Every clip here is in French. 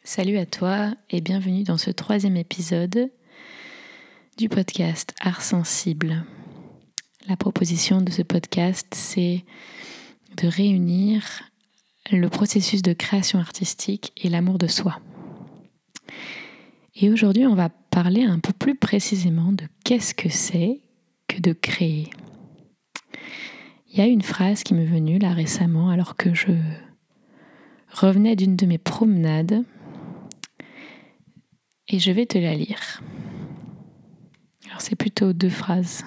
Salut à toi et bienvenue dans ce 3e épisode du podcast Art Sensible. La proposition de ce podcast, c'est de réunir le processus de création artistique et l'amour de soi. Et aujourd'hui, on va parler un peu plus précisément de qu'est-ce que c'est que de créer. Il y a une phrase qui m'est venue là récemment alors que je revenais d'une de mes promenades et je vais te la lire. Alors c'est plutôt 2 phrases.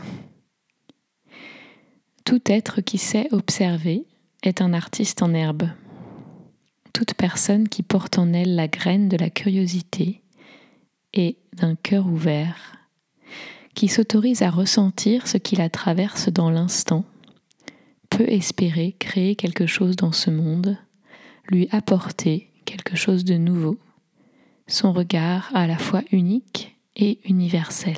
Tout être qui sait observer est un artiste en herbe. Toute personne qui porte en elle la graine de la curiosité et d'un cœur ouvert, qui s'autorise à ressentir ce qui la traverse dans l'instant, peut espérer créer quelque chose dans ce monde, lui apporter quelque chose de nouveau, son regard à la fois unique et universel.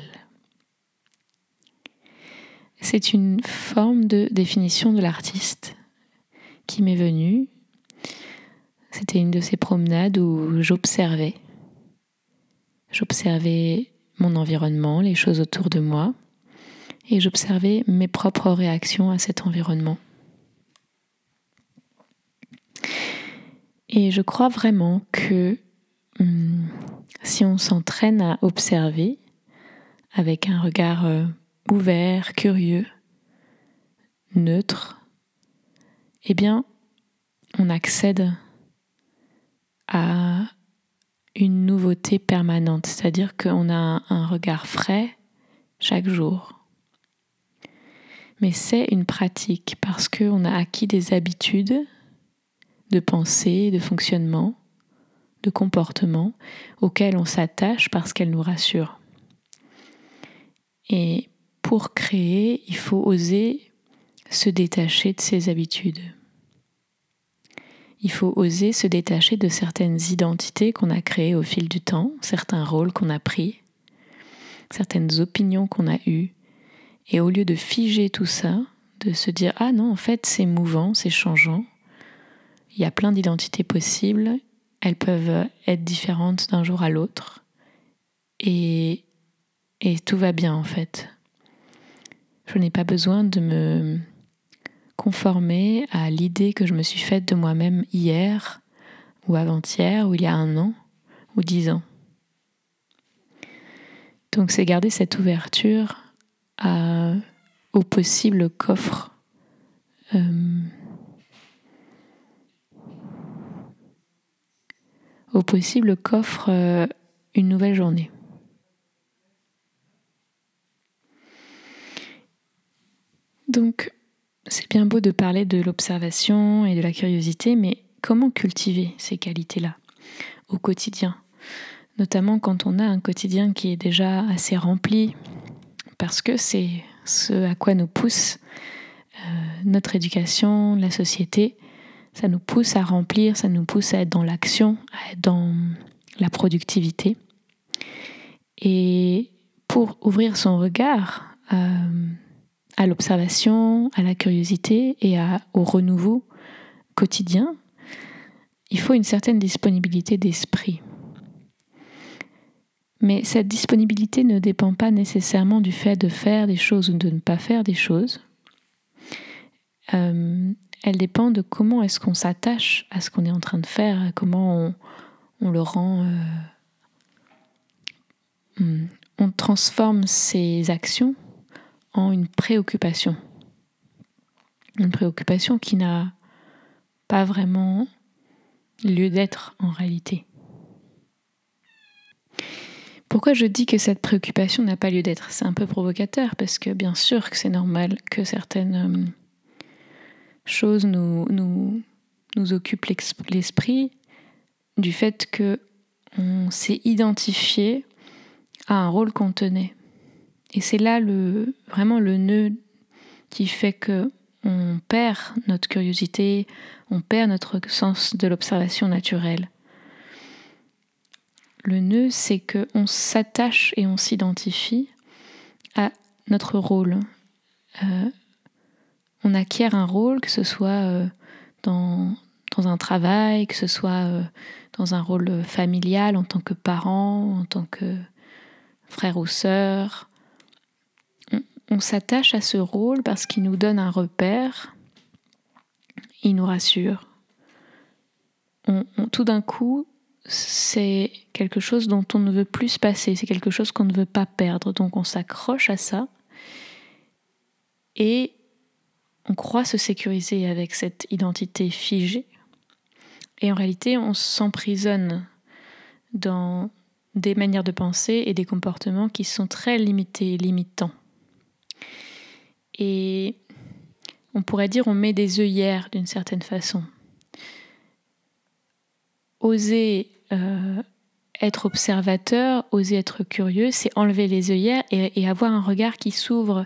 C'est une forme de définition de l'artiste qui m'est venue. C'était une de ces promenades où j'observais mon environnement, les choses autour de moi, et j'observais mes propres réactions à cet environnement. Et je crois vraiment que si on s'entraîne à observer avec un regard ouvert, curieux, neutre, eh bien, on accède à une nouveauté permanente, c'est-à-dire qu'on a un regard frais chaque jour. Mais c'est une pratique parce qu'on a acquis des habitudes de pensée, de fonctionnement, de comportement auxquelles on s'attache parce qu'elles nous rassurent. Et pour créer, il faut oser se détacher de ces habitudes. Il faut oser se détacher de certaines identités qu'on a créées au fil du temps, certains rôles qu'on a pris, certaines opinions qu'on a eues. Et au lieu de figer tout ça, de se dire « Ah non, en fait, c'est mouvant, c'est changeant. Il y a plein d'identités possibles. Elles peuvent être différentes d'un jour à l'autre. Et tout va bien, en fait. Je n'ai pas besoin de me conformer à l'idée que je me suis faite de moi-même hier ou avant-hier ou il y a 1 an ou 10 ans. » Donc c'est garder cette ouverture au possible qu'offre une nouvelle journée. Donc, c'est bien beau de parler de l'observation et de la curiosité, mais comment cultiver ces qualités-là au quotidien ? Notamment quand on a un quotidien qui est déjà assez rempli, parce que c'est ce à quoi nous pousse notre éducation, la société. Ça nous pousse à remplir, ça nous pousse à être dans l'action, à être dans la productivité. Et pour ouvrir son regard à l'observation, à la curiosité et au renouveau quotidien, il faut une certaine disponibilité d'esprit. Mais cette disponibilité ne dépend pas nécessairement du fait de faire des choses ou de ne pas faire des choses. Elle dépend de comment est-ce qu'on s'attache à ce qu'on est en train de faire, comment on le rend... on transforme ses actions en une préoccupation. Une préoccupation qui n'a pas vraiment lieu d'être en réalité. Pourquoi je dis que cette préoccupation n'a pas lieu d'être ? C'est un peu provocateur parce que bien sûr que c'est normal que certaines choses nous occupent l'esprit du fait qu'on s'est identifié à un rôle qu'on tenait. Et c'est là vraiment le nœud qui fait qu'on perd notre curiosité, on perd notre sens de l'observation naturelle. Le nœud, c'est qu'on s'attache et on s'identifie à notre rôle. On acquiert un rôle, que ce soit dans dans un travail, que ce soit dans un rôle familial, en tant que parent, en tant que frère ou sœur. On s'attache à ce rôle parce qu'il nous donne un repère, il nous rassure. Tout d'un coup, c'est quelque chose dont on ne veut plus se passer, c'est quelque chose qu'on ne veut pas perdre, donc on s'accroche à ça et on croit se sécuriser avec cette identité figée. Et en réalité, on s'emprisonne dans des manières de penser et des comportements qui sont très limités, limitants. Et on pourrait dire on met des œillères d'une certaine façon. Oser être observateur, oser être curieux, c'est enlever les œillères et avoir un regard qui s'ouvre,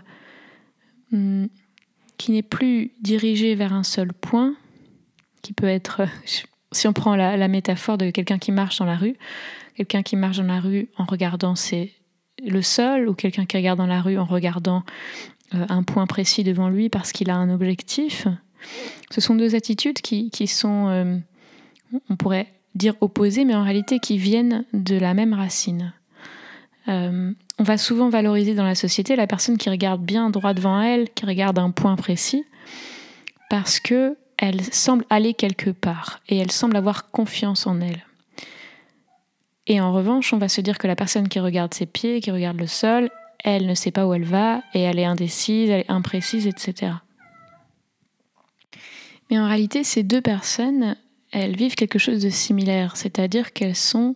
qui n'est plus dirigé vers un seul point, qui peut être, si on prend la métaphore de quelqu'un qui marche dans la rue en regardant le sol, ou quelqu'un qui regarde dans la rue en regardant un point précis devant lui parce qu'il a un objectif. Ce sont deux attitudes qui sont, on pourrait dire opposées, mais en réalité qui viennent de la même racine. On va souvent valoriser dans la société la personne qui regarde bien droit devant elle, qui regarde un point précis, parce qu'elle semble aller quelque part et elle semble avoir confiance en elle. Et en revanche, on va se dire que la personne qui regarde ses pieds, qui regarde le sol, elle ne sait pas où elle va et elle est indécise, elle est imprécise, etc. Mais en réalité, ces deux personnes, elles vivent quelque chose de similaire, c'est-à-dire qu'elles sont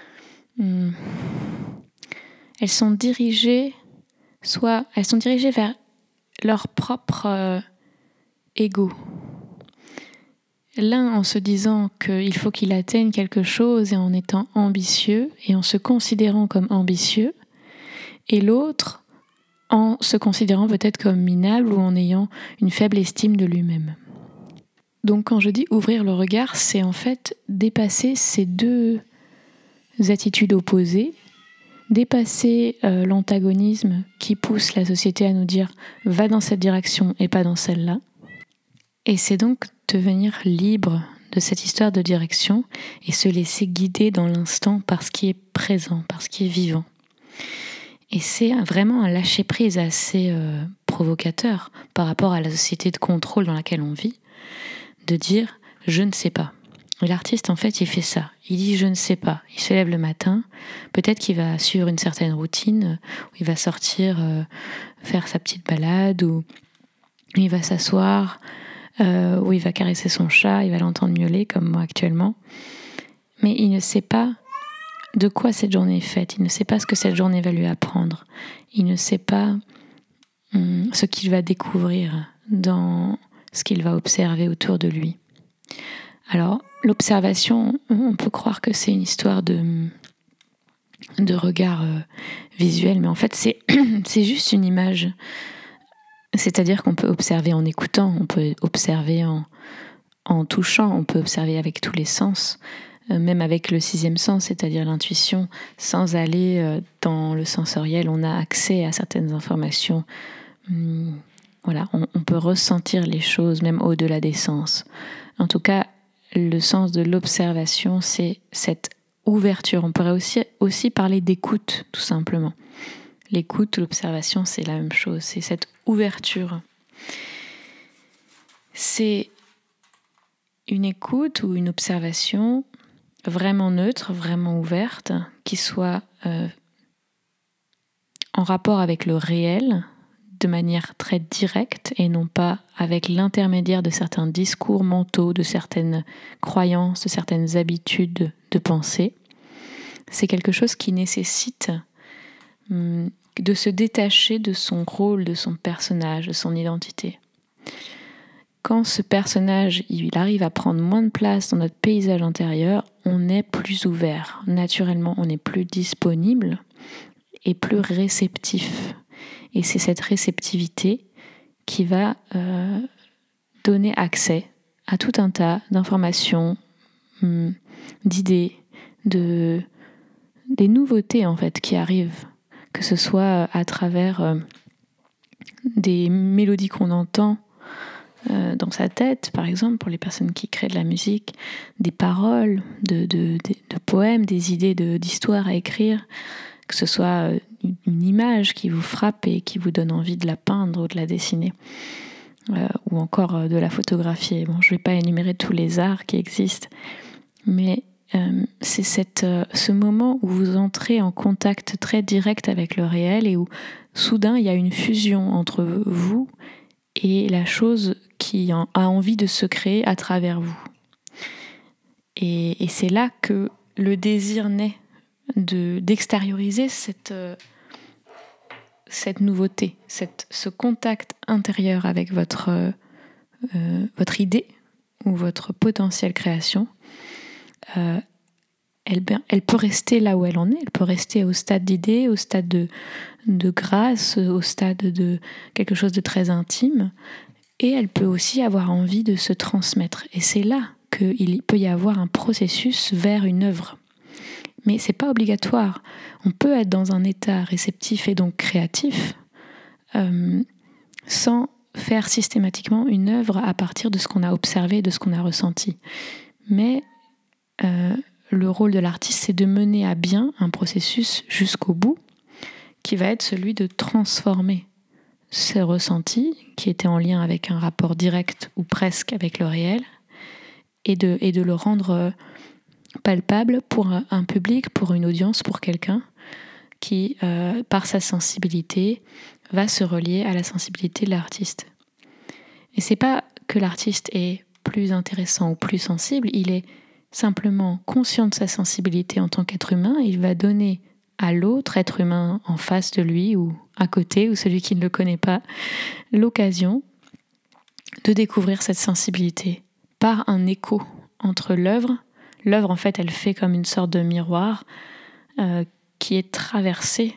dirigées vers leur propre ego. L'un en se disant qu'il faut qu'il atteigne quelque chose et en étant ambitieux et en se considérant comme ambitieux, et l'autre en se considérant peut-être comme minable ou en ayant une faible estime de lui-même. Donc quand je dis ouvrir le regard, c'est en fait dépasser ces deux attitudes opposées, dépasser l'antagonisme qui pousse la société à nous dire « va dans cette direction et pas dans celle-là ». Et c'est donc devenir libre de cette histoire de direction et se laisser guider dans l'instant par ce qui est présent, par ce qui est vivant. Et c'est vraiment un lâcher-prise assez provocateur par rapport à la société de contrôle dans laquelle on vit, de dire « je ne sais pas ». Et l'artiste, en fait, il fait ça. Il dit « je ne sais pas ». Il se lève le matin, peut-être qu'il va suivre une certaine routine, où il va sortir faire sa petite balade, ou il va s'asseoir, où il va caresser son chat, il va l'entendre miauler, comme moi actuellement. Mais il ne sait pas de quoi cette journée est faite, il ne sait pas ce que cette journée va lui apprendre, il ne sait pas ce qu'il va découvrir dans ce qu'il va observer autour de lui. Alors, l'observation, on peut croire que c'est une histoire de regard visuel, mais en fait, c'est juste une image. C'est-à-dire qu'on peut observer en écoutant, on peut observer en touchant, on peut observer avec tous les sens, même avec le 6e sens, c'est-à-dire l'intuition, sans aller dans le sensoriel, on a accès à certaines informations. Voilà, on peut ressentir les choses, même au-delà des sens. En tout cas, le sens de l'observation, c'est cette ouverture. On pourrait aussi parler d'écoute, tout simplement. L'écoute, l'observation, c'est la même chose. C'est cette ouverture. C'est une écoute ou une observation vraiment neutre, vraiment ouverte, qui soit en rapport avec le réel, de manière très directe, et non pas avec l'intermédiaire de certains discours mentaux, de certaines croyances, de certaines habitudes de pensée. C'est quelque chose qui nécessite de se détacher de son rôle, de son personnage, de son identité. Quand ce personnage il arrive à prendre moins de place dans notre paysage intérieur, on est plus ouvert. Naturellement, on est plus disponible et plus réceptif. Et c'est cette réceptivité qui va donner accès à tout un tas d'informations, d'idées, des nouveautés en fait qui arrivent, que ce soit à travers des mélodies qu'on entend, dans sa tête, par exemple, pour les personnes qui créent de la musique, des paroles, de poèmes, des idées d'histoires à écrire, que ce soit une image qui vous frappe et qui vous donne envie de la peindre ou de la dessiner, ou encore de la photographier. Bon, je ne vais pas énumérer tous les arts qui existent, mais c'est ce moment où vous entrez en contact très direct avec le réel et où soudain il y a une fusion entre vous et la chose qui a envie de se créer à travers vous. Et c'est là que le désir naît d'extérioriser cette nouveauté, ce contact intérieur avec votre idée ou votre potentielle création. Elle peut rester là où elle en est, elle peut rester au stade d'idée, au stade de grâce, au stade de quelque chose de très intime, et elle peut aussi avoir envie de se transmettre. Et c'est là qu'il peut y avoir un processus vers une œuvre. Mais c'est pas obligatoire. On peut être dans un état réceptif et donc créatif sans faire systématiquement une œuvre à partir de ce qu'on a observé, de ce qu'on a ressenti. Mais le rôle de l'artiste, c'est de mener à bien un processus jusqu'au bout qui va être celui de transformer ces ressentis qui étaient en lien avec un rapport direct ou presque avec le réel et de le rendre palpable pour un public, pour une audience, pour quelqu'un qui, par sa sensibilité, va se relier à la sensibilité de l'artiste. Et c'est pas que l'artiste est plus intéressant ou plus sensible, il est simplement conscient de sa sensibilité en tant qu'être humain, et il va donner à l'autre être humain en face de lui ou à côté, ou celui qui ne le connaît pas, l'occasion de découvrir cette sensibilité par un écho entre l'œuvre. L'œuvre, en fait, elle fait comme une sorte de miroir qui est traversé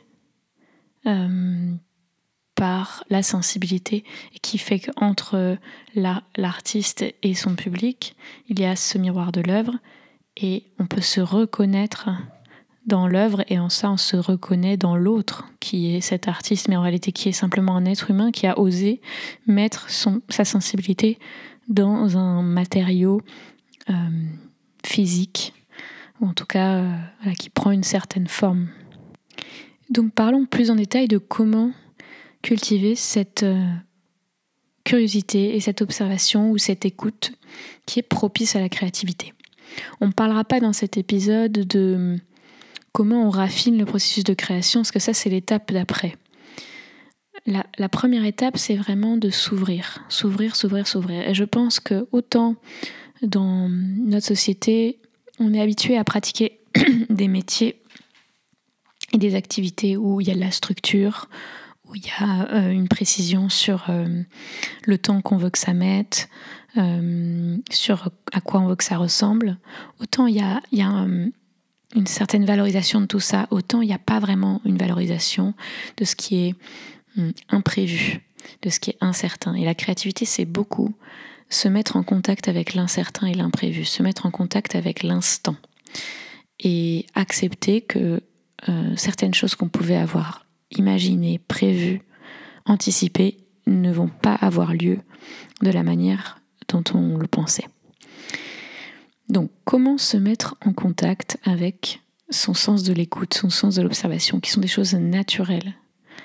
par la sensibilité et qui fait qu'entre l'artiste et son public, il y a ce miroir de l'œuvre et on peut se reconnaître dans l'œuvre et en ça on se reconnaît dans l'autre qui est cet artiste, mais en réalité qui est simplement un être humain qui a osé mettre sa sensibilité dans un matériau physique, ou en tout cas qui prend une certaine forme. Donc parlons plus en détail de comment cultiver cette curiosité et cette observation ou cette écoute qui est propice à la créativité. On ne parlera pas dans cet épisode de comment on raffine le processus de création, parce que ça c'est l'étape d'après. La première étape, c'est vraiment de s'ouvrir. Et je pense que autant dans notre société, on est habitué à pratiquer des métiers et des activités où il y a de la structure, où il y a une précision sur le temps qu'on veut que ça mette, sur à quoi on veut que ça ressemble. Autant il y a une certaine valorisation de tout ça, autant il n'y a pas vraiment une valorisation de ce qui est imprévu, de ce qui est incertain. Et la créativité, c'est beaucoup se mettre en contact avec l'incertain et l'imprévu, se mettre en contact avec l'instant et accepter que certaines choses qu'on pouvait avoir imaginées, prévues, anticipées ne vont pas avoir lieu de la manière dont on le pensait. Donc, comment se mettre en contact avec son sens de l'écoute, son sens de l'observation, qui sont des choses naturelles?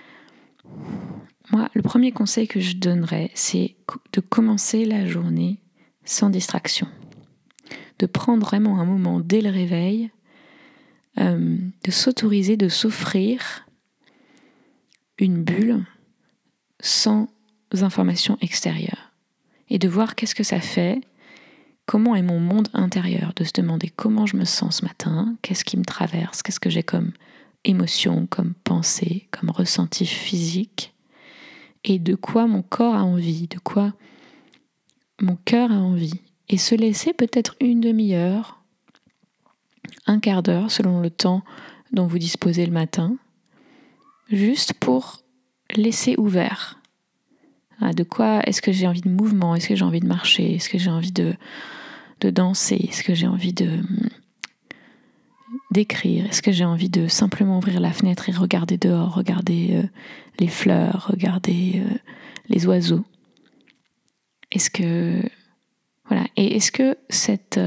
Moi, le premier conseil que je donnerais, c'est de commencer la journée sans distraction. De prendre vraiment un moment dès le réveil, de s'autoriser, de s'offrir une bulle sans information extérieure. Et de voir qu'est-ce que ça fait, comment est mon monde intérieur, de se demander comment je me sens ce matin, qu'est-ce qui me traverse, qu'est-ce que j'ai comme émotion, comme pensée, comme ressenti physique, et de quoi mon corps a envie, de quoi mon cœur a envie. Et se laisser peut-être une demi-heure, un quart d'heure, selon le temps dont vous disposez le matin, juste pour laisser ouvert. De quoi est-ce que j'ai envie de mouvement, est-ce que j'ai envie de marcher, est-ce que j'ai envie de danser, est-ce que j'ai envie d'écrire, est-ce que j'ai envie de simplement ouvrir la fenêtre et regarder dehors, regarder les fleurs, regarder les oiseaux. Est-ce que cet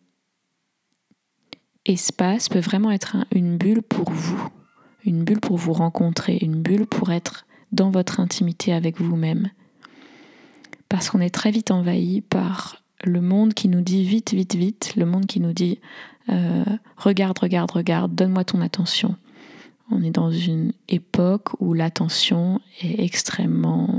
espace peut vraiment être une bulle pour vous, une bulle pour vous rencontrer, une bulle pour être dans votre intimité avec vous-même? Parce qu'on est très vite envahi par le monde qui nous dit vite, vite, vite, le monde qui nous dit regarde, regarde, regarde, donne-moi ton attention. On est dans une époque où l'attention est extrêmement...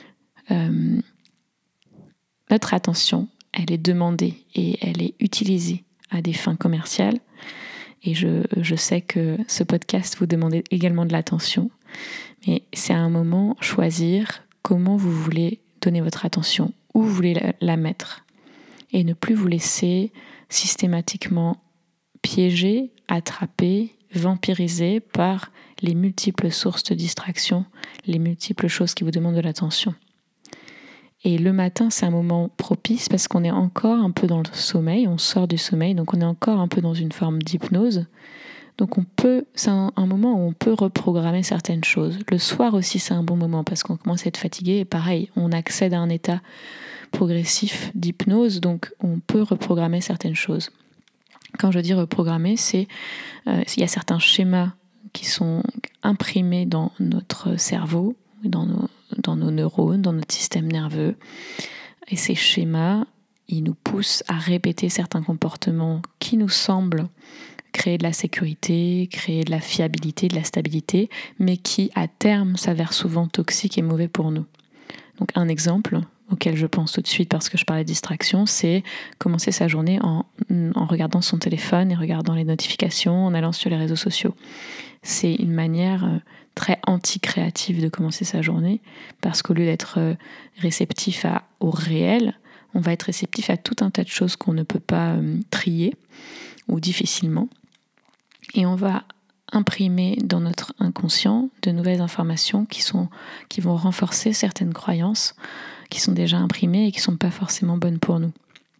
notre attention, elle est demandée et elle est utilisée à des fins commerciales. Et je sais que ce podcast vous demande également de l'attention. Mais c'est à un moment choisir comment vous voulez donner votre attention, où vous voulez la mettre. Et ne plus vous laisser systématiquement piéger, attraper, vampiriser par les multiples sources de distraction, les multiples choses qui vous demandent de l'attention. Et le matin, c'est un moment propice parce qu'on est encore un peu dans le sommeil, on sort du sommeil, donc on est encore un peu dans une forme d'hypnose. Donc c'est un moment où on peut reprogrammer certaines choses. Le soir aussi, c'est un bon moment parce qu'on commence à être fatigué. Et pareil, on accède à un état progressif d'hypnose, donc on peut reprogrammer certaines choses. Quand je dis reprogrammer, il y a certains schémas qui sont imprimés dans notre cerveau, dans nos neurones, dans notre système nerveux. Et ces schémas, ils nous poussent à répéter certains comportements qui nous semblent créer de la sécurité, créer de la fiabilité, de la stabilité, mais qui, à terme, s'avèrent souvent toxiques et mauvais pour nous. Donc un exemple auquel je pense tout de suite parce que je parlais de distraction, c'est commencer sa journée en regardant son téléphone et regardant les notifications, en allant sur les réseaux sociaux. C'est une manière très anti-créative de commencer sa journée parce qu'au lieu d'être réceptif au réel, on va être réceptif à tout un tas de choses qu'on ne peut pas trier ou difficilement. Et on va imprimer dans notre inconscient de nouvelles informations qui vont renforcer certaines croyances qui sont déjà imprimées et qui ne sont pas forcément bonnes pour nous.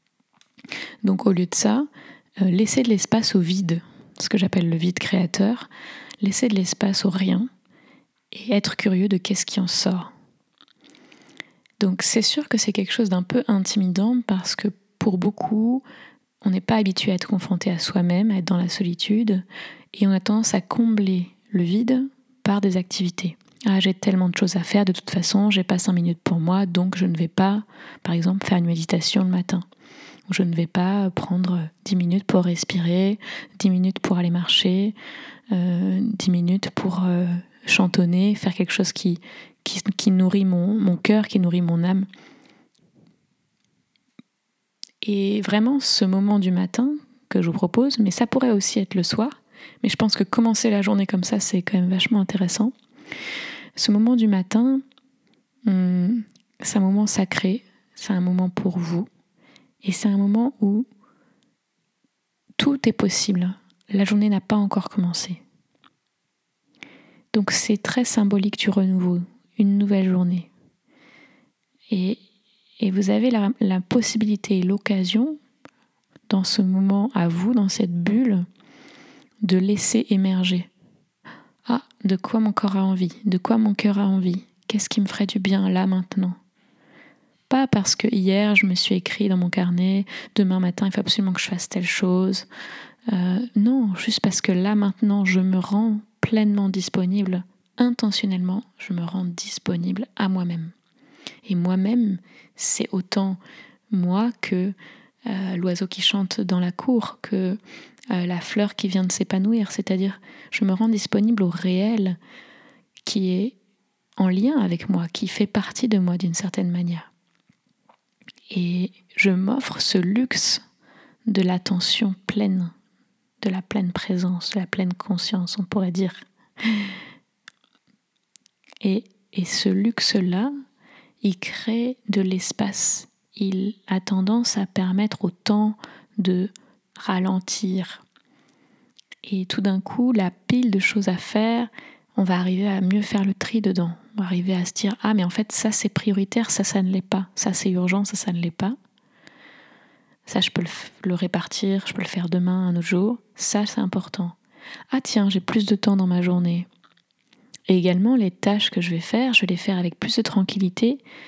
Donc au lieu de ça, laisser de l'espace au vide, ce que j'appelle le vide créateur, laisser de l'espace au rien et être curieux de qu'est-ce qui en sort. Donc c'est sûr que c'est quelque chose d'un peu intimidant parce que pour beaucoup, on n'est pas habitué à être confronté à soi-même, à être dans la solitude, et on a tendance à combler le vide par des activités. Ah, j'ai tellement de choses à faire, de toute façon, j'ai pas 5 minutes pour moi, donc je ne vais pas, par exemple, faire une méditation le matin. Je ne vais pas prendre 10 minutes pour respirer, 10 minutes pour aller marcher, 10 minutes pour chantonner, faire quelque chose qui nourrit mon cœur, qui nourrit mon âme. Et vraiment, ce moment du matin que je vous propose, mais ça pourrait aussi être le soir, mais je pense que commencer la journée comme ça, c'est quand même vachement intéressant. Ce moment du matin, c'est un moment sacré, c'est un moment pour vous, et c'est un moment où tout est possible. La journée n'a pas encore commencé. Donc c'est très symbolique du renouveau, une nouvelle journée. Et vous avez la possibilité et l'occasion, dans ce moment à vous, dans cette bulle, de laisser émerger. Ah, de quoi mon corps a envie? De quoi mon cœur a envie? Qu'est-ce qui me ferait du bien là maintenant? Pas parce que hier je me suis écrit dans mon carnet, demain matin il faut absolument que je fasse telle chose. Non, juste parce que là maintenant je me rends pleinement disponible, intentionnellement, je me rends disponible à moi-même. Et moi-même, c'est autant moi que l'oiseau qui chante dans la cour, que la fleur qui vient de s'épanouir. C'est-à-dire, je me rends disponible au réel qui est en lien avec moi, qui fait partie de moi d'une certaine manière. Et je m'offre ce luxe de l'attention pleine, de la pleine présence, de la pleine conscience, on pourrait dire. Et ce luxe-là, il crée de l'espace. Il a tendance à permettre au temps de ralentir. Et tout d'un coup, la pile de choses à faire, on va arriver à mieux faire le tri dedans. On va arriver à se dire, ah mais en fait ça c'est prioritaire, ça ne l'est pas. Ça c'est urgent, ça ne l'est pas. Ça je peux le répartir, je peux le faire demain, un autre jour. Ça c'est important. Ah tiens, j'ai plus de temps dans ma journée. Et également les tâches que je vais les faire avec plus de tranquillité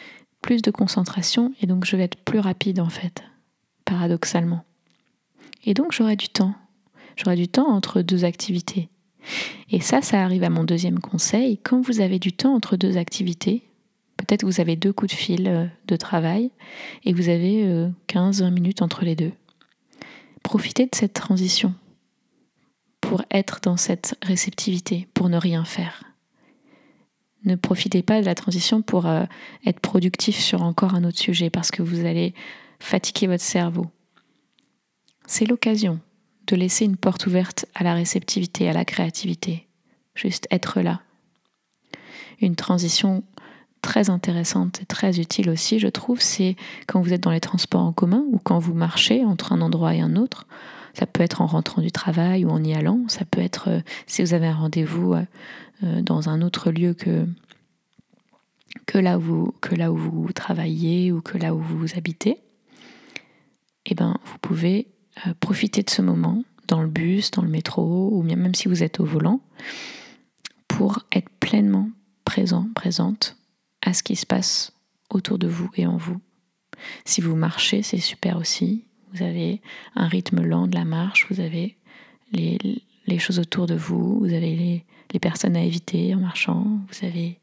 plus de concentration et donc je vais être plus rapide en fait, paradoxalement. Et donc j'aurai du temps. J'aurai du temps entre deux activités. Et ça arrive à mon deuxième conseil. Quand vous avez du temps entre deux activités, peut-être que vous avez 2 coups de fil de travail et vous avez 15-20 minutes entre les deux. Profitez de cette transition pour être dans cette réceptivité, pour ne rien faire. Ne profitez pas de la transition pour être productif sur encore un autre sujet parce que vous allez fatiguer votre cerveau. C'est l'occasion de laisser une porte ouverte à la réceptivité, à la créativité. Juste être là. Une transition très intéressante et très utile aussi, je trouve, c'est quand vous êtes dans les transports en commun ou quand vous marchez entre un endroit et un autre. Ça peut être en rentrant du travail ou en y allant. Ça peut être si vous avez un rendez-vous dans un autre lieu que là où vous travaillez ou que là où vous habitez. Eh ben, vous pouvez profiter de ce moment dans le bus, dans le métro ou bien même si vous êtes au volant pour être pleinement présente à ce qui se passe autour de vous et en vous. Si vous marchez, c'est super aussi. Vous avez un rythme lent de la marche, vous avez les choses autour de vous, vous avez les personnes à éviter en marchant, vous avez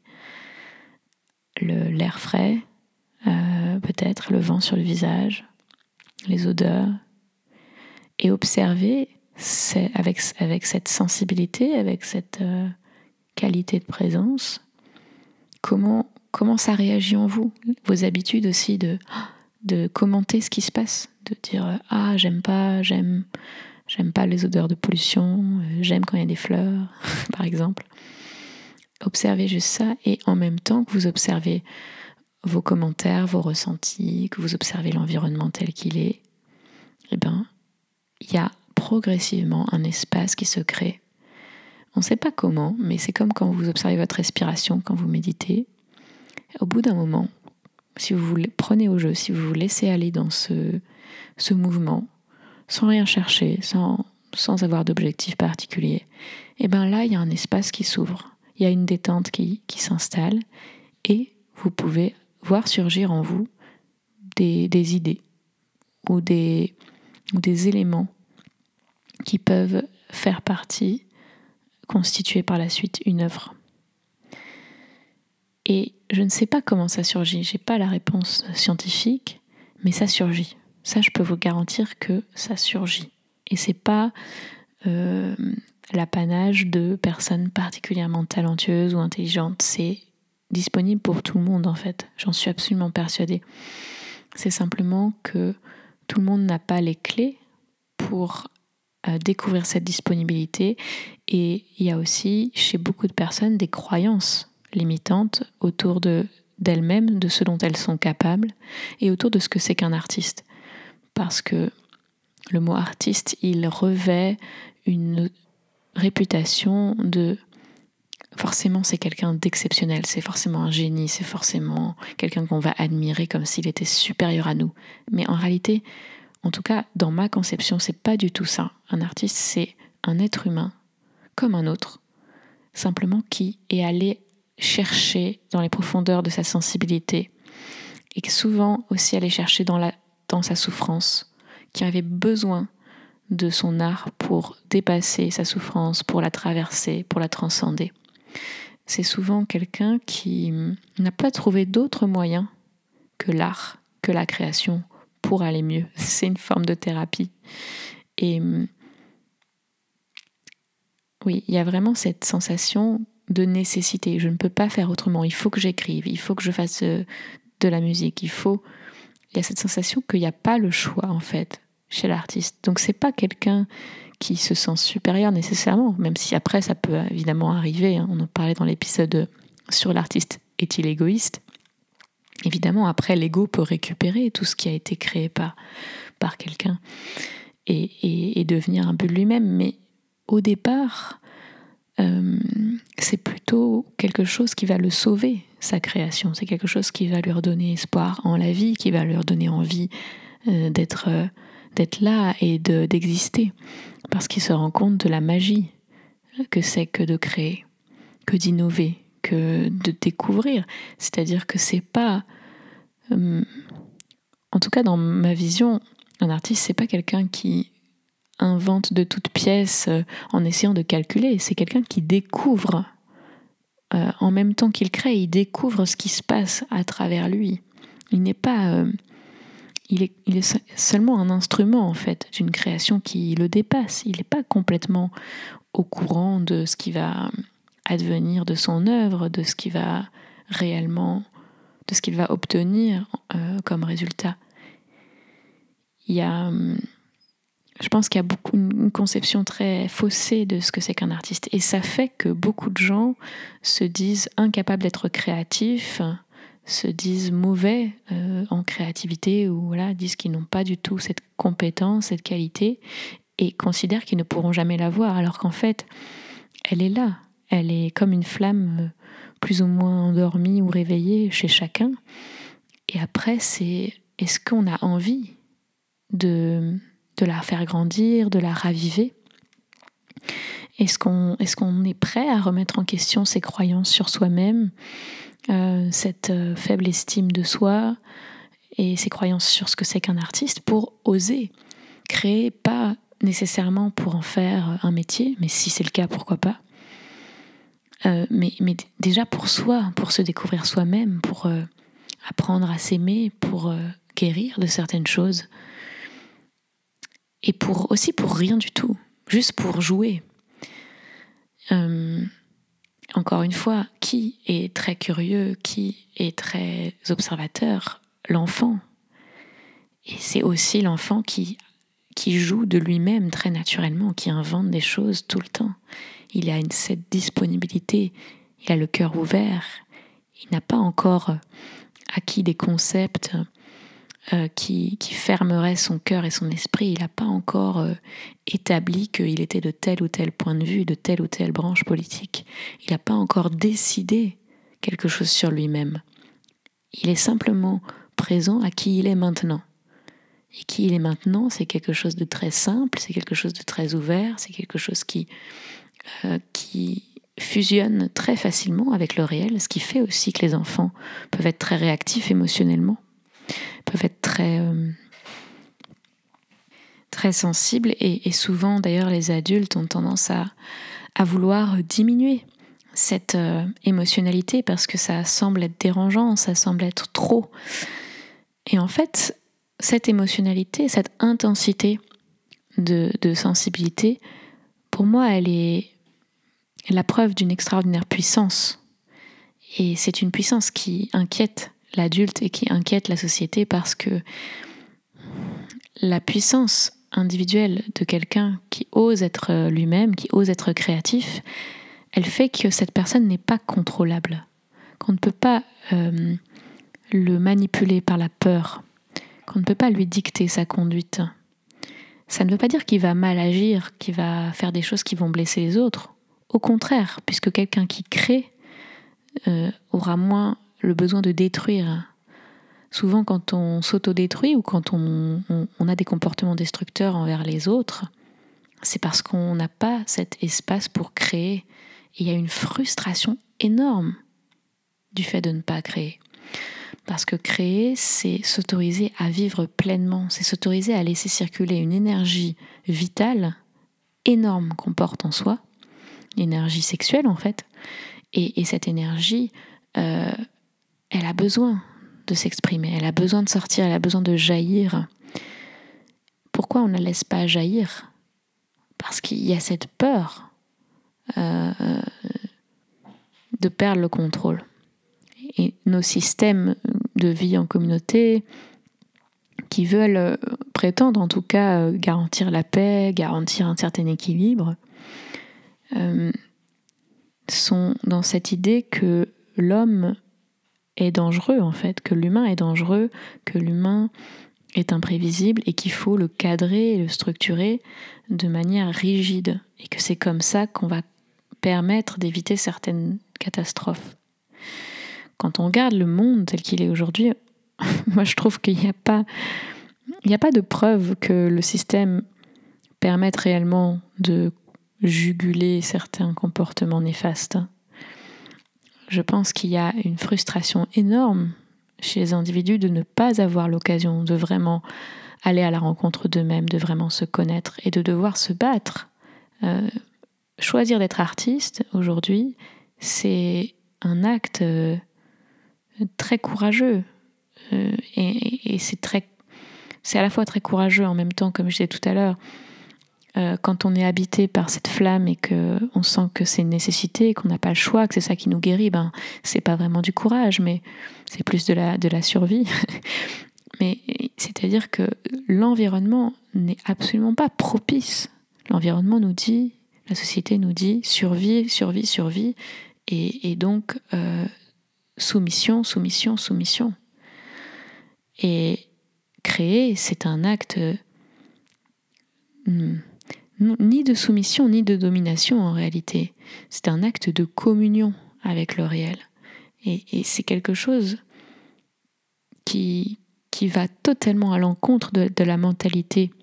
l'air frais, peut-être le vent sur le visage, les odeurs. Et observez avec cette sensibilité, avec cette qualité de présence, comment ça réagit en vous. Vos habitudes aussi de commenter ce qui se passe, de dire « Ah, j'aime pas les odeurs de pollution, j'aime quand il y a des fleurs, par exemple. » Observez juste ça et en même temps que vous observez vos commentaires, vos ressentis, que vous observez l'environnement tel qu'il est, eh ben, il y a progressivement un espace qui se crée. On ne sait pas comment, mais c'est comme quand vous observez votre respiration, quand vous méditez. Au bout d'un moment, si vous vous prenez au jeu, si vous vous laissez aller dans ce mouvement, sans rien chercher, sans avoir d'objectif particulier, et bien là, il y a un espace qui s'ouvre. Il y a une détente qui s'installe et vous pouvez voir surgir en vous des idées ou des éléments qui peuvent faire partie, constituer par la suite une œuvre. Et je ne sais pas comment ça surgit, je n'ai pas la réponse scientifique, mais ça surgit. Ça, je peux vous garantir que ça surgit. Et c'est pas l'apanage de personnes particulièrement talentueuses ou intelligentes. C'est disponible pour tout le monde, en fait. J'en suis absolument persuadée. C'est simplement que tout le monde n'a pas les clés pour découvrir cette disponibilité. Et il y a aussi, chez beaucoup de personnes, des croyances limitantes autour d'elles-mêmes, de ce dont elles sont capables, et autour de ce que c'est qu'un artiste. Parce que le mot artiste, il revêt une réputation de... Forcément, c'est quelqu'un d'exceptionnel, c'est forcément un génie, c'est forcément quelqu'un qu'on va admirer comme s'il était supérieur à nous. Mais en réalité, en tout cas, dans ma conception, c'est pas du tout ça. Un artiste, c'est un être humain, comme un autre, simplement qui est allé chercher dans les profondeurs de sa sensibilité et souvent aussi aller chercher dans sa souffrance, qui avait besoin de son art pour dépasser sa souffrance, pour la traverser, pour la transcender. C'est souvent quelqu'un qui n'a pas trouvé d'autres moyens que l'art, que la création, pour aller mieux. C'est une forme de thérapie. Et oui, il y a vraiment cette sensation de nécessité. Je ne peux pas faire autrement. Il faut que j'écrive, il faut que je fasse de la musique. Il y a cette sensation qu'il n'y a pas le choix, en fait, chez l'artiste. Donc, c'est pas quelqu'un qui se sent supérieur nécessairement, même si après, ça peut évidemment arriver. Hein. On en parlait dans l'épisode sur l'artiste. Est-il égoïste ? Évidemment, après, l'ego peut récupérer tout ce qui a été créé par quelqu'un et devenir un peu de lui-même. Mais au départ, c'est plutôt quelque chose qui va le sauver, sa création. C'est quelque chose qui va lui redonner espoir en la vie, qui va lui redonner envie d'être là et d'exister. Parce qu'il se rend compte de la magie que c'est que de créer, que d'innover, que de découvrir. C'est-à-dire que c'est pas En tout cas, dans ma vision, un artiste, c'est pas quelqu'un qui invente de toutes pièces en essayant de calculer. C'est quelqu'un qui découvre, en même temps qu'il crée, il découvre ce qui se passe à travers lui. Il n'est pas... il est seulement un instrument, en fait, d'une création qui le dépasse. Il n'est pas complètement au courant de ce qui va advenir de son œuvre, de ce qui va réellement... de ce qu'il va obtenir comme résultat. Je pense qu'il y a une conception très faussée de ce que c'est qu'un artiste. Et ça fait que beaucoup de gens se disent incapables d'être créatifs, se disent mauvais en créativité, ou voilà, disent qu'ils n'ont pas du tout cette compétence, cette qualité, et considèrent qu'ils ne pourront jamais l'avoir, alors qu'en fait, elle est là. Elle est comme une flamme plus ou moins endormie ou réveillée chez chacun. Et après, est-ce qu'on a envie de la faire grandir, de la raviver? Est-ce qu'on est prêt à remettre en question ses croyances sur soi-même, cette faible estime de soi et ses croyances sur ce que c'est qu'un artiste, pour oser créer, pas nécessairement pour en faire un métier, mais si c'est le cas, pourquoi pas, mais déjà pour soi, pour se découvrir soi-même, pour apprendre à s'aimer, pour guérir de certaines choses, et aussi pour rien du tout, juste pour jouer. Encore une fois, qui est très curieux, qui est très observateur? L'enfant. Et c'est aussi l'enfant qui joue de lui-même très naturellement, qui invente des choses tout le temps. Il a cette disponibilité, il a le cœur ouvert, il n'a pas encore acquis des concepts qui fermeraient son cœur et son esprit. Il n'a pas encore établi qu'il était de tel ou tel point de vue, de telle ou telle branche politique. Il n'a pas encore décidé quelque chose sur lui-même. Il est simplement présent à qui il est maintenant. Et qui il est maintenant, c'est quelque chose de très simple, c'est quelque chose de très ouvert, c'est quelque chose qui fusionne très facilement avec le réel, ce qui fait aussi que les enfants peuvent être très réactifs émotionnellement, peuvent être très sensibles, et souvent d'ailleurs les adultes ont tendance à vouloir diminuer cette émotionnalité parce que ça semble être dérangeant, ça semble être trop. Et en fait, cette émotionnalité, cette intensité de sensibilité, pour moi, elle est la preuve d'une extraordinaire puissance. Et c'est une puissance qui inquiète l'adulte et qui inquiète la société, parce que la puissance individuelle de quelqu'un qui ose être lui-même, qui ose être créatif, elle fait que cette personne n'est pas contrôlable, qu'on ne peut pas le manipuler par la peur, qu'on ne peut pas lui dicter sa conduite. Ça ne veut pas dire qu'il va mal agir, qu'il va faire des choses qui vont blesser les autres. Au contraire, puisque quelqu'un qui crée aura moins le besoin de détruire. Souvent, quand on s'autodétruit ou quand on a des comportements destructeurs envers les autres, c'est parce qu'on n'a pas cet espace pour créer. Et il y a une frustration énorme du fait de ne pas créer. Parce que créer, c'est s'autoriser à vivre pleinement, c'est s'autoriser à laisser circuler une énergie vitale énorme qu'on porte en soi, l'énergie sexuelle en fait, et cette énergie, elle a besoin de s'exprimer, elle a besoin de sortir, elle a besoin de jaillir. Pourquoi on ne la laisse pas jaillir? Parce qu'il y a cette peur de perdre le contrôle. Et nos systèmes de vie en communauté, qui veulent prétendre en tout cas garantir la paix, garantir un certain équilibre, sont dans cette idée que l'homme est dangereux en fait, que l'humain est dangereux, que l'humain est imprévisible et qu'il faut le cadrer et le structurer de manière rigide, et que c'est comme ça qu'on va permettre d'éviter certaines catastrophes. Quand on regarde le monde tel qu'il est aujourd'hui, moi je trouve qu'il n'y a pas de preuve que le système permette réellement de juguler certains comportements néfastes. Je pense qu'il y a une frustration énorme chez les individus de ne pas avoir l'occasion de vraiment aller à la rencontre d'eux-mêmes, de vraiment se connaître et de devoir se battre. Choisir d'être artiste aujourd'hui, c'est un acte très courageux. Et c'est à la fois très courageux en même temps, comme je disais tout à l'heure, quand on est habité par cette flamme et qu'on sent que c'est une nécessité, qu'on n'a pas le choix, que c'est ça qui nous guérit, c'est pas vraiment du courage, mais c'est plus de la survie. Mais c'est-à-dire que l'environnement n'est absolument pas propice. L'environnement nous dit, la société nous dit survie, survie, survie, et donc soumission, soumission, soumission. Et créer, c'est un acte ni de soumission ni de domination en réalité. C'est un acte de communion avec le réel. Et c'est quelque chose qui va totalement à l'encontre de la mentalité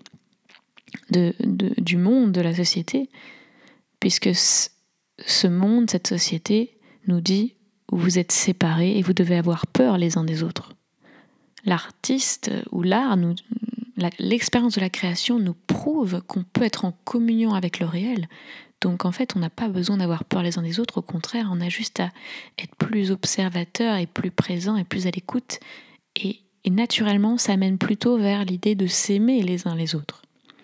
du monde, de la société, puisque ce monde, cette société, nous dit vous êtes séparés et vous devez avoir peur les uns des autres. L'artiste ou l'art, l'expérience de la création nous prouve qu'on peut être en communion avec le réel. Donc en fait, on n'a pas besoin d'avoir peur les uns des autres, au contraire, on a juste à être plus observateur et plus présent et plus à l'écoute. Et naturellement, ça mène plutôt vers l'idée de s'aimer les uns les autres.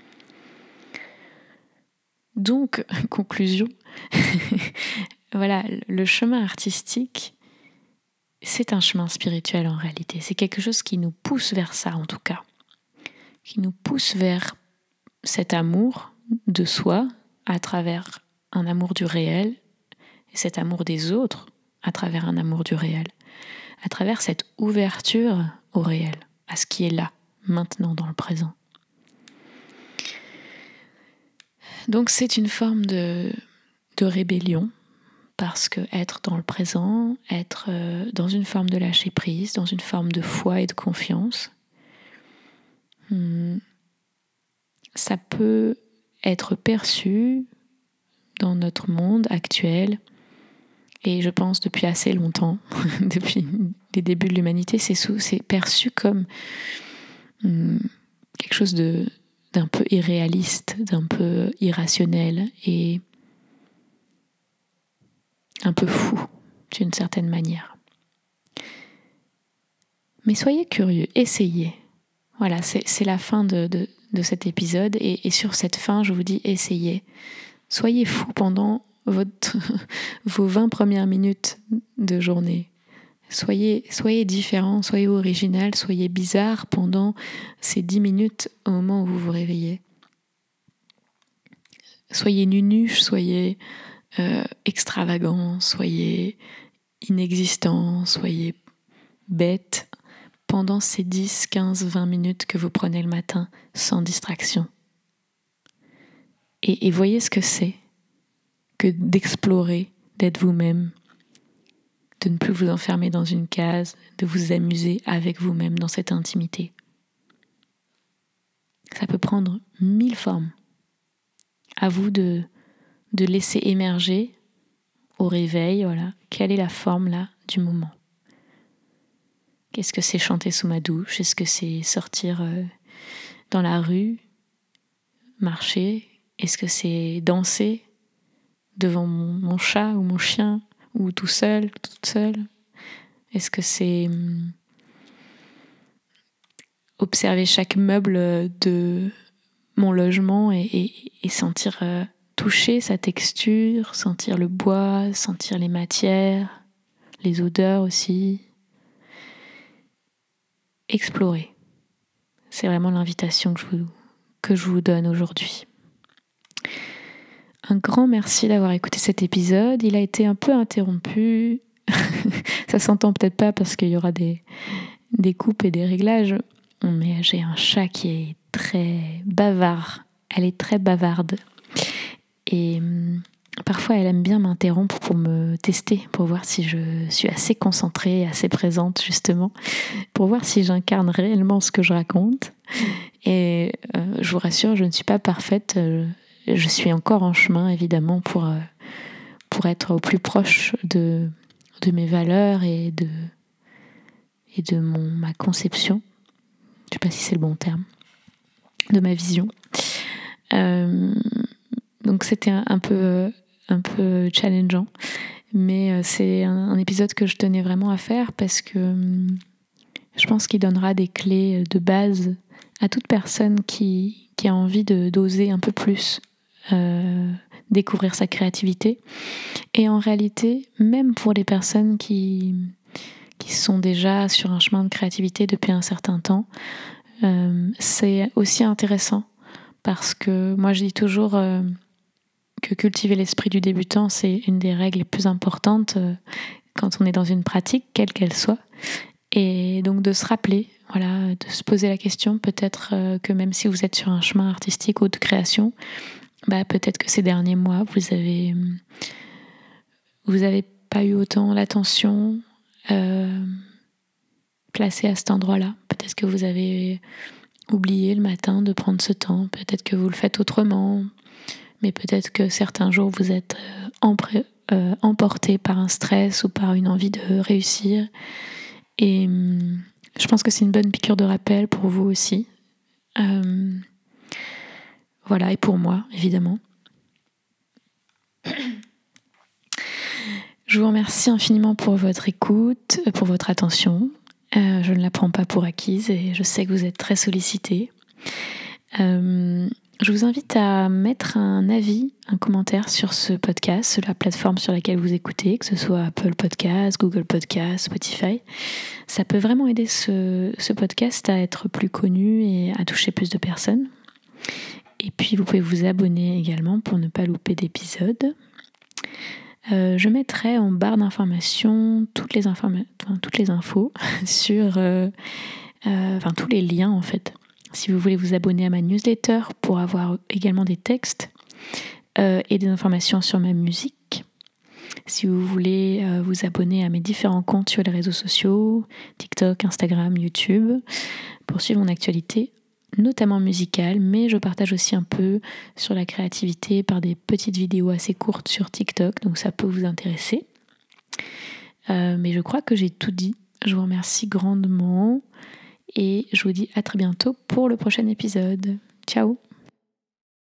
Donc, conclusion, voilà, le chemin artistique, c'est un chemin spirituel en réalité. C'est quelque chose qui nous pousse vers ça en tout cas. Qui nous pousse vers cet amour de soi à travers un amour du réel et cet amour des autres à travers un amour du réel. À travers cette ouverture au réel, à ce qui est là, maintenant dans le présent. Donc c'est une forme de rébellion, parce que être dans le présent, être dans une forme de lâcher prise, dans une forme de foi et de confiance, ça peut être perçu dans notre monde actuel, et je pense depuis assez longtemps, depuis les débuts de l'humanité, c'est perçu comme quelque chose d'un peu irréaliste, d'un peu irrationnel et un peu fou d'une certaine manière. Mais soyez curieux, essayez. Voilà, c'est la fin de cet épisode et sur cette fin, je vous dis essayez. Soyez fou pendant vos 20 premières minutes de journée. Soyez différent, soyez original, soyez bizarre pendant ces 10 minutes au moment où vous vous réveillez. Soyez nunuche, soyez extravagant, soyez inexistant, soyez bête pendant ces 10, 15, 20 minutes que vous prenez le matin sans distraction. Et voyez ce que c'est que d'explorer, d'être vous-même, de ne plus vous enfermer dans une case, de vous amuser avec vous-même dans cette intimité. Ça peut prendre 1000 formes. À vous de laisser émerger au réveil, voilà, quelle est la forme là du moment. Est-ce que c'est chanter sous ma douche? Est-ce que c'est sortir dans la rue, marcher? Est-ce que c'est danser devant mon chat ou mon chien? Ou tout seul, toute seule? Est-ce que c'est observer chaque meuble de mon logement et sentir, toucher sa texture, sentir le bois, sentir les matières, les odeurs aussi? Explorer. C'est vraiment l'invitation que je vous donne aujourd'hui. Un grand merci d'avoir écouté cet épisode. Il a été un peu interrompu. Ça s'entend peut-être pas parce qu'il y aura des coupes et des réglages. Mais j'ai un chat qui est très bavard. Elle est très bavarde. Et parfois, elle aime bien m'interrompre pour me tester, pour voir si je suis assez concentrée, assez présente, justement, pour voir si j'incarne réellement ce que je raconte. Et je vous rassure, je ne suis pas parfaite. Je suis encore en chemin, évidemment, pour être au plus proche de mes valeurs et et de ma conception. Je ne sais pas si c'est le bon terme, de ma vision. Donc c'était un peu challengeant, mais c'est un épisode que je tenais vraiment à faire parce que je pense qu'il donnera des clés de base à toute personne qui a envie d'oser un peu plus découvrir sa créativité. Et en réalité, même pour les personnes qui sont déjà sur un chemin de créativité depuis un certain temps, c'est aussi intéressant parce que moi je dis toujours que cultiver l'esprit du débutant, c'est une des règles les plus importantes quand on est dans une pratique, quelle qu'elle soit. Et donc de se rappeler, voilà, de se poser la question, peut-être que même si vous êtes sur un chemin artistique ou de création, peut-être que ces derniers mois, vous avez pas eu autant l'attention placée à cet endroit-là. Peut-être que vous avez oublié le matin de prendre ce temps, peut-être que vous le faites autrement, mais peut-être que certains jours vous êtes emporté par un stress ou par une envie de réussir. Et je pense que c'est une bonne piqûre de rappel pour vous aussi. Voilà, et pour moi, évidemment. Je vous remercie infiniment pour votre écoute, pour votre attention. Je ne la prends pas pour acquise et je sais que vous êtes très sollicités. Je vous invite à mettre un avis, un commentaire sur ce podcast, sur la plateforme sur laquelle vous écoutez, que ce soit Apple Podcast, Google Podcast, Spotify. Ça peut vraiment aider ce podcast à être plus connu et à toucher plus de personnes. Et puis vous pouvez vous abonner également pour ne pas louper d'épisodes. Je mettrai en barre d'informations toutes les infos sur tous les liens en fait. Si vous voulez vous abonner à ma newsletter pour avoir également des textes et des informations sur ma musique. Si vous voulez vous abonner à mes différents comptes sur les réseaux sociaux, TikTok, Instagram, YouTube, pour suivre mon actualité, notamment musicale, mais je partage aussi un peu sur la créativité par des petites vidéos assez courtes sur TikTok, donc ça peut vous intéresser. Mais je crois que j'ai tout dit. Je vous remercie grandement. Et je vous dis à très bientôt pour le prochain épisode. Ciao!